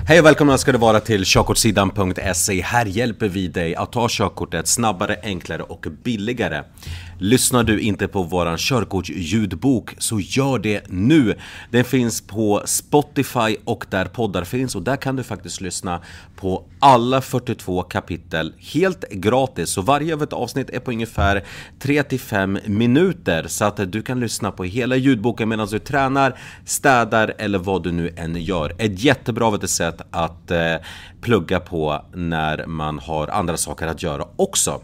Hej och välkomna ska det vara till körkortssidan.se. Här hjälper vi dig att ta körkortet snabbare, enklare och billigare. Lyssnar du inte på våran körkortsljudbok så gör det nu. Den finns på Spotify och där poddar finns, och där kan du faktiskt lyssna på alla 42 kapitel helt gratis. Så varje av ett avsnitt är på ungefär 3-5 minuter, så att du kan lyssna på hela ljudboken medan du tränar, städar eller vad du nu än gör. Ett jättebra sätt att plugga på när man har andra saker att göra också.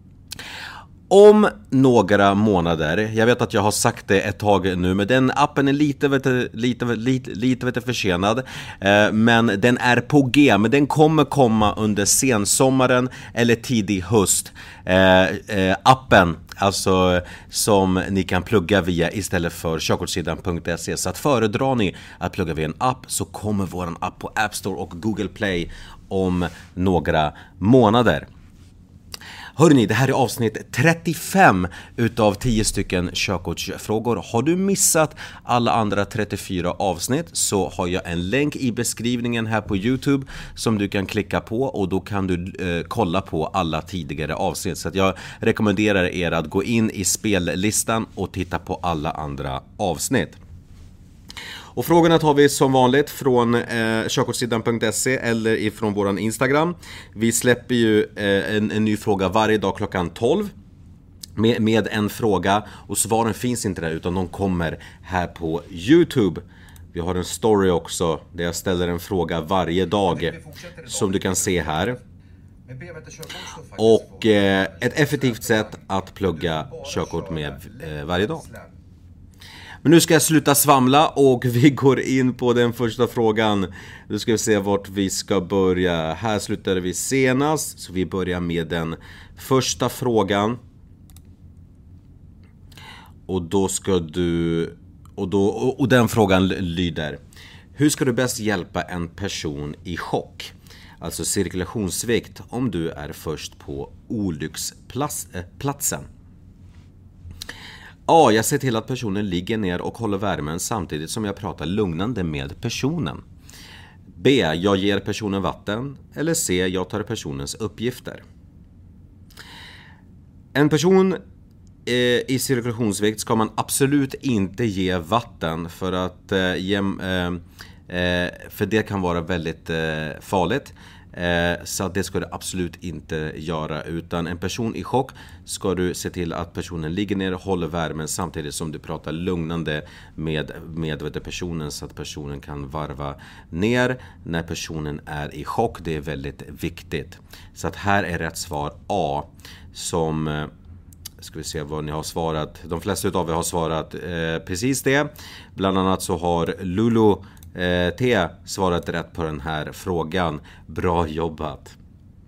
Om några månader, jag vet att jag har sagt det ett tag nu, men den appen är lite försenad, men den är på G, men den kommer komma under sensommaren eller tidig höst. Appen, alltså som ni kan plugga via istället för körkortssidan.se. Så att föredrar ni att plugga via en app så kommer våran app på App Store och Google Play om några månader. Hörrni, det här är avsnitt 35 utav 10 stycken körkortsfrågor. Har du missat alla andra 34 avsnitt så har jag en länk i beskrivningen här på YouTube som du kan klicka på, och då kan du kolla på alla tidigare avsnitt. Så att jag rekommenderar er att gå in i spellistan och titta på alla andra avsnitt. Och frågorna tar vi som vanligt från körkortssidan.se eller ifrån våran Instagram. Vi släpper ju en ny fråga varje dag klockan 12 med en fråga, och svaren finns inte där utan de kommer här på YouTube. Vi har en story också där jag ställer en fråga varje dag som du kan se här. Och ett effektivt sätt att plugga körkort med varje dag. Men nu ska jag sluta svamla och vi går in på den första frågan. Nu ska vi se vart vi ska börja. Här slutade vi senast, så vi börjar med den första frågan. Och då ska du... Och den frågan lyder: hur ska du bäst hjälpa en person i chock? Alltså cirkulationssvikt, om du är först på olycksplatsen. A. Jag ser till att personen ligger ner och håller värmen samtidigt som jag pratar lugnande med personen. B. Jag ger personen vatten. Eller C. Jag tar personens uppgifter. En person i cirkulationsvikt ska man absolut inte ge vatten, för att för det kan vara väldigt farligt. Så det ska du absolut inte göra, utan en person i chock ska du se till att personen ligger ner och håller värmen samtidigt som du pratar lugnande med personen, så att personen kan varva ner när personen är i chock. Det är väldigt viktigt. Så att här är rätt svar A, som ska vi se vad ni har svarat. De flesta av er har svarat precis det. Bland annat så har Lulu T svarat rätt på den här frågan. Bra jobbat.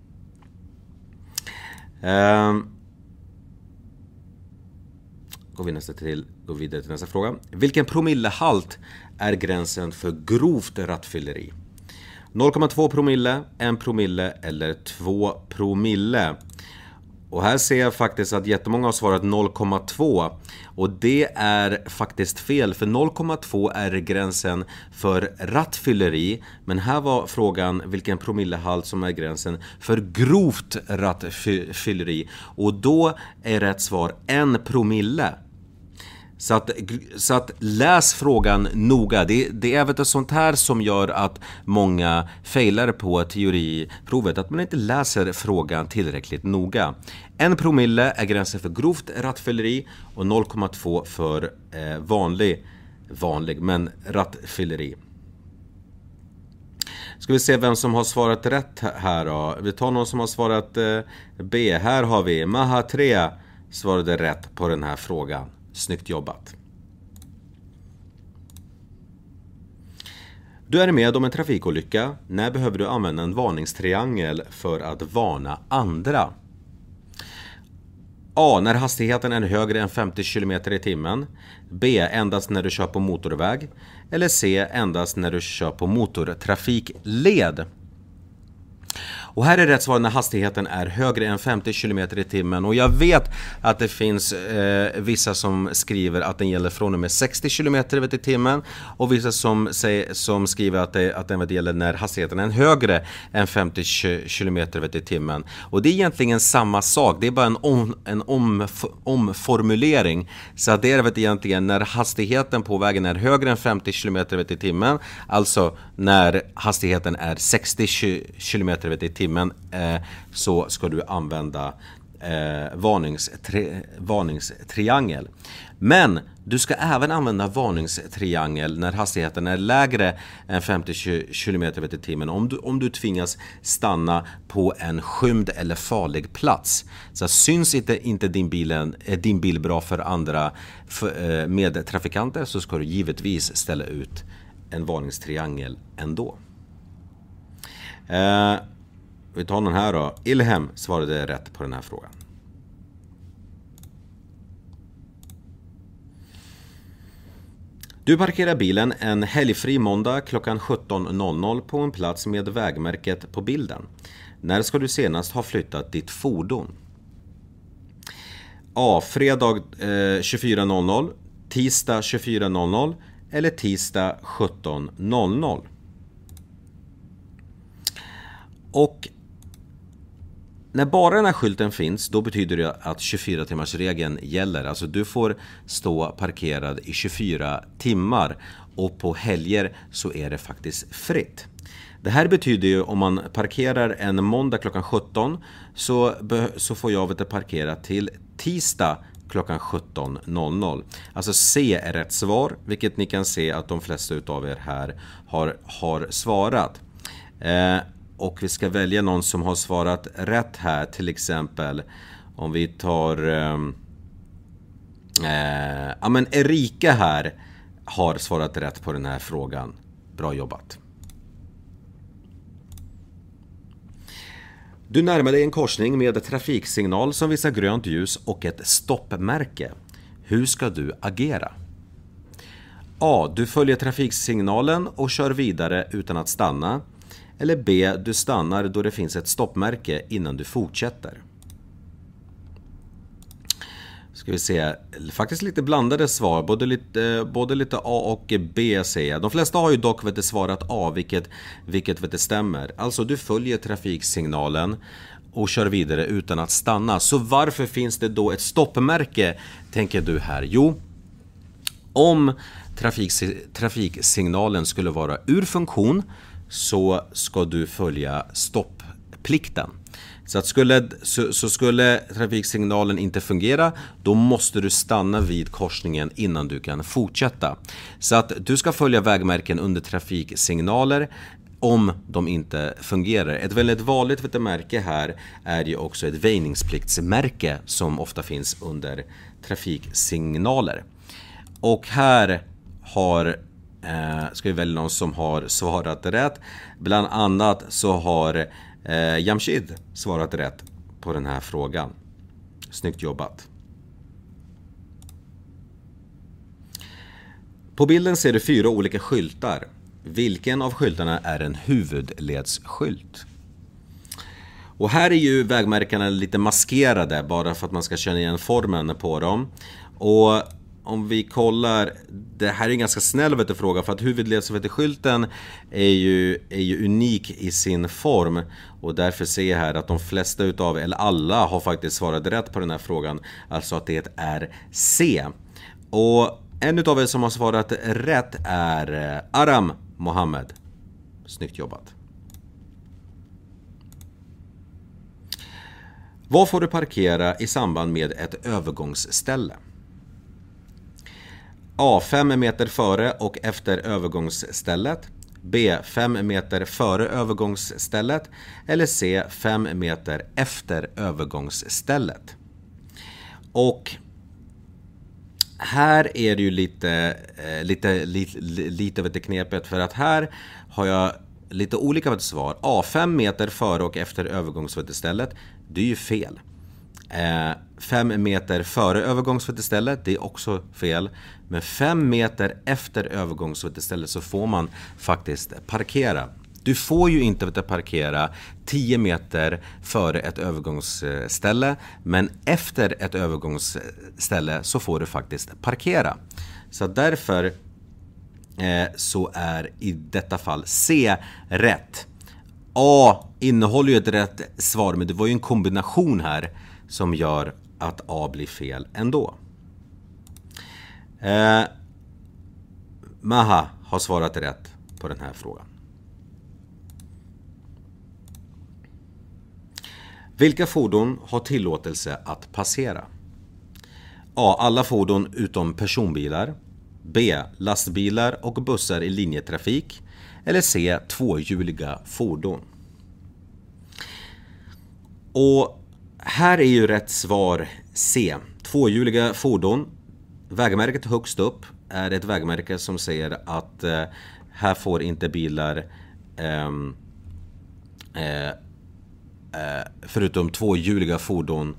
Går vidare till nästa fråga. Vilken promillehalt är gränsen för grovt rattfylleri? 0,2 promille, 1 promille eller 2 promille? Och här ser jag faktiskt att jättemånga har svarat 0,2. Och det är faktiskt fel, för 0,2 är gränsen för rattfylleri. Men här var frågan vilken promillehalt som är gränsen för grovt rattfylleri. Och då är rätt svar 1 promille. Så att läs frågan noga. Det är väl sånt här som gör att många failar på teoriprovet, att man inte läser frågan tillräckligt noga. 1 promille är gränsen för grovt rattfylleri och 0,2 för vanlig men rattfylleri. Ska vi se vem som har svarat rätt här då. Vi tar någon som har svarat B. Här har vi Maha 3 svarade rätt på den här frågan. Snyggt jobbat. Du är med om en trafikolycka. När behöver du använda en varningstriangel för att varna andra? A. När hastigheten är högre än 50 km i timmen. B. Endast när du kör på motorväg. Eller C. Endast när du kör på motortrafikled. Och här är rätt svar när hastigheten är högre än 50 km i timmen. Och jag vet att det finns vissa som skriver att den gäller från och med 60 km i timmen. Och vissa som skriver att den gäller när hastigheten är högre än 50 km i timmen. Och det är egentligen samma sak. Det är bara en omformulering. Så att det är egentligen när hastigheten på vägen är högre än 50 km i timmen. Alltså när hastigheten är 60 km i timmen så ska du använda varningstriangel. Men du ska även använda varningstriangel när hastigheten är lägre än 50 km i timmen om du tvingas stanna på en skymd eller farlig plats. Så syns inte din bil bra för andra medtrafikanter, så ska du givetvis ställa ut en varningstriangel ändå. Vi tar den här då. Ilhem svarade rätt på den här frågan. Du parkerar bilen en helgfri måndag klockan 17.00 på en plats med vägmärket på bilden. När ska du senast ha flyttat ditt fordon? A. Fredag 24.00, tisdag 24.00 eller tisdag 17.00. Och när bara den här skylten finns, då betyder det att 24-timmarsregeln gäller. Alltså du får stå parkerad i 24 timmar och på helger så är det faktiskt fritt. Det här betyder ju om man parkerar en måndag klockan 17 så får jag parkera till tisdag klockan 17.00. Alltså C är rätt svar, vilket ni kan se att de flesta utav er här har svarat. Och vi ska välja någon som har svarat rätt här, till exempel om vi tar Erika här har svarat rätt på den här frågan. Bra jobbat. Du närmar dig en korsning med trafiksignal som visar grönt ljus och ett stoppmärke. Hur ska du agera? A. Du följer trafiksignalen och kör vidare utan att stanna. Eller B. Du stannar då det finns ett stoppmärke innan du fortsätter. Ska vi se, faktiskt lite blandade svar, både lite A och B säger jag. De flesta har ju dock svarat A, vilket stämmer. Alltså du följer trafiksignalen och kör vidare utan att stanna. Så varför finns det då ett stoppmärke, tänker du här? Jo, om trafiksignalen skulle vara ur funktion så ska du följa stoppplikten. Så att skulle trafiksignalen inte fungera, då måste du stanna vid korsningen innan du kan fortsätta. Så att du ska följa vägmärken under trafiksignaler om de inte fungerar. Ett väldigt vanligt märke här är ju också ett väjningspliktsmärke som ofta finns under trafiksignaler. Och här ska vi välja någon som har svarat rätt. Bland annat så har Jamshid svarat rätt på den här frågan. Snyggt jobbat. På bilden ser du 4 olika skyltar. Vilken av skyltarna är en huvudledsskylt? Och här är ju vägmärkena lite maskerade bara för att man ska känna igen formen på dem. Och om vi kollar, det här är en ganska snäll fråga, för att huvudledskylten är ju unik i sin form, och därför ser jag här att de flesta eller alla har faktiskt svarat rätt på den här frågan, alltså att det är C. Och en utav er som har svarat rätt är Aram Mohammed. Snyggt jobbat. Vad får du parkera i samband med ett övergångsställe? A. 5 meter före och efter övergångsstället. B. 5 meter före övergångsstället. Eller C. 5 meter efter övergångsstället. Och här är det ju lite knepet, för att här har jag lite olika svar. A. 5 meter före och efter övergångsstället. Det är ju fel. 5 meter före övergångsstället, det är också fel. Men 5 meter efter övergångsstället så får man faktiskt parkera. Du får ju inte parkera 10 meter före ett övergångsställe, men efter ett övergångsställe så får du faktiskt parkera. Så därför så är i detta fall C rätt. A innehåller ju ett rätt svar, men det var ju en kombination här som gör att A blir fel ändå. Maha har svarat rätt på den här frågan. Vilka fordon har tillåtelse att passera? A. Alla fordon utom personbilar. B. Lastbilar och bussar i linjetrafik. Eller C. Tvåhjuliga fordon. Och här är ju rätt svar C. Tvåhjuliga fordon. Vägmärket högst upp är ett vägmärke som säger att här får inte bilar förutom tvåhjuliga fordon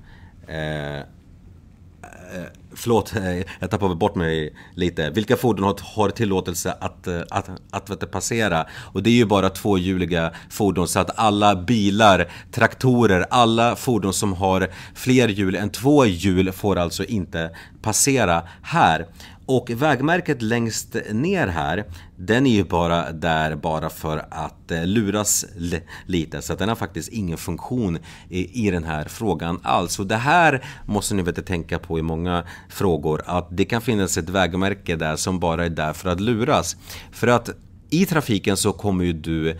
förlåt, jag tappade bort mig lite. Vilka fordon har tillåtelse att passera? Och det är ju bara tvåhjuliga fordon, så att alla bilar, traktorer, alla fordon som har fler hjul än 2 hjul får alltså inte passera här. Och vägmärket längst ner här, den är ju bara där bara för att luras lite. Så att den har faktiskt ingen funktion i den här frågan alls. Och det här måste ni tänka på i många frågor. Att det kan finnas ett vägmärke där som bara är där för att luras. För att i trafiken så kommer ju du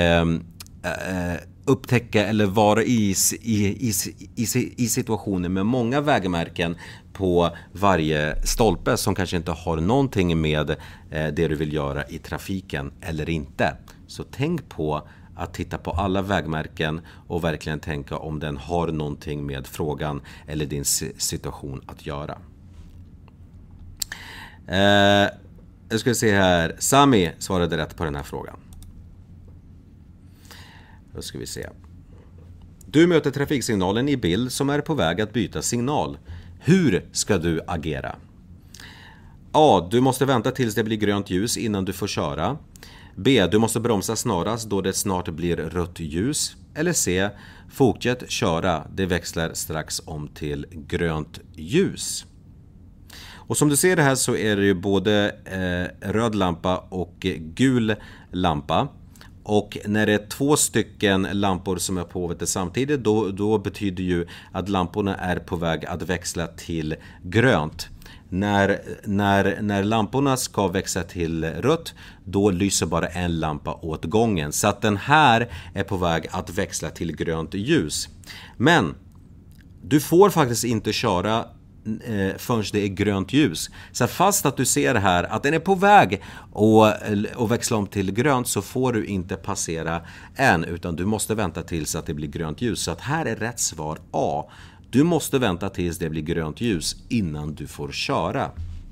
upptäcka eller vara i situationer med många vägmärken på varje stolpe som kanske inte har någonting med det du vill göra i trafiken eller inte. Så tänk på att titta på alla vägmärken och verkligen tänka om den har någonting med frågan eller din situation att göra. Jag ska se här. Sami svarade rätt på den här frågan. Då ska vi se. Du möter trafiksignalen i bild som är på väg att byta signal. Hur ska du agera? A. Du måste vänta tills det blir grönt ljus innan du får köra. B. Du måste bromsa snarast då det snart blir rött ljus. Eller C. Fortsätt köra, det växlar strax om till grönt ljus. Och som du ser det här så är det ju både röd lampa och gul lampa. Och när det är 2 stycken lampor som är på samtidigt, då betyder ju att lamporna är på väg att växla till grönt. När lamporna ska växla till rött, då lyser bara en lampa åt gången. Så att den här är på väg att växla till grönt ljus. Men du får faktiskt inte köra förrän det är grönt ljus. Så fast att du ser här att den är på väg och växla om till grönt, så får du inte passera än, utan du måste vänta tills att det blir grönt ljus. Så att här är rätt svar A. Du måste vänta tills det blir grönt ljus innan du får köra.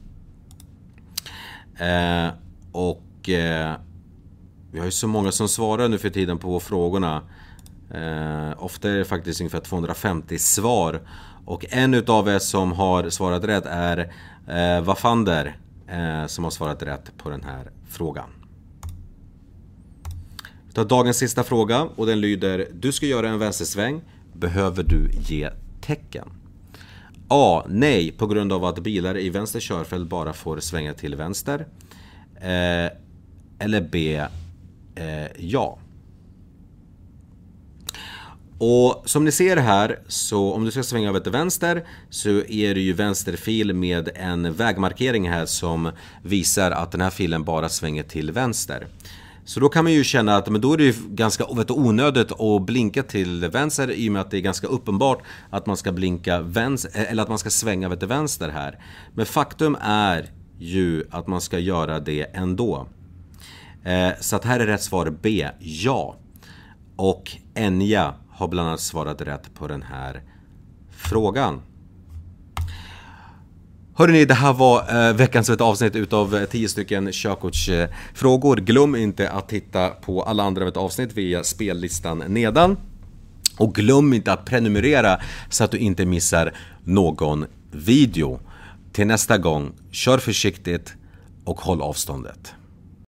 Vi har ju så många som svarar nu för tiden på frågorna. Ofta är det faktiskt ungefär 250 svar. Och en utav er som har svarat rätt är Wafander som har svarat rätt på den här frågan. Vi tar dagens sista fråga och den lyder: du ska göra en vänstersväng. Behöver du ge tecken? A. Nej, på grund av att bilar i vänster körfält bara får svänga till vänster. Eller B. Ja. Och som ni ser här, så om du ska svänga över till vänster så är det ju vänsterfil med en vägmarkering här som visar att den här filen bara svänger till vänster. Så då kan man ju känna att men då är det ju ganska onödigt att blinka till vänster, i och med att det är ganska uppenbart att man ska blinka vänster, eller att man ska svänga över till vänster här. Men faktum är ju att man ska göra det ändå. Så att här är rätt svar B, ja. Och Enya har bland annat svarat rätt på den här frågan. Hörrni, det här var veckans avsnitt utav 10 stycken körkortsfrågor. Glöm inte att titta på alla andra avsnitt via spellistan nedan. Och glöm inte att prenumerera så att du inte missar någon video. Till nästa gång, kör försiktigt och håll avståndet.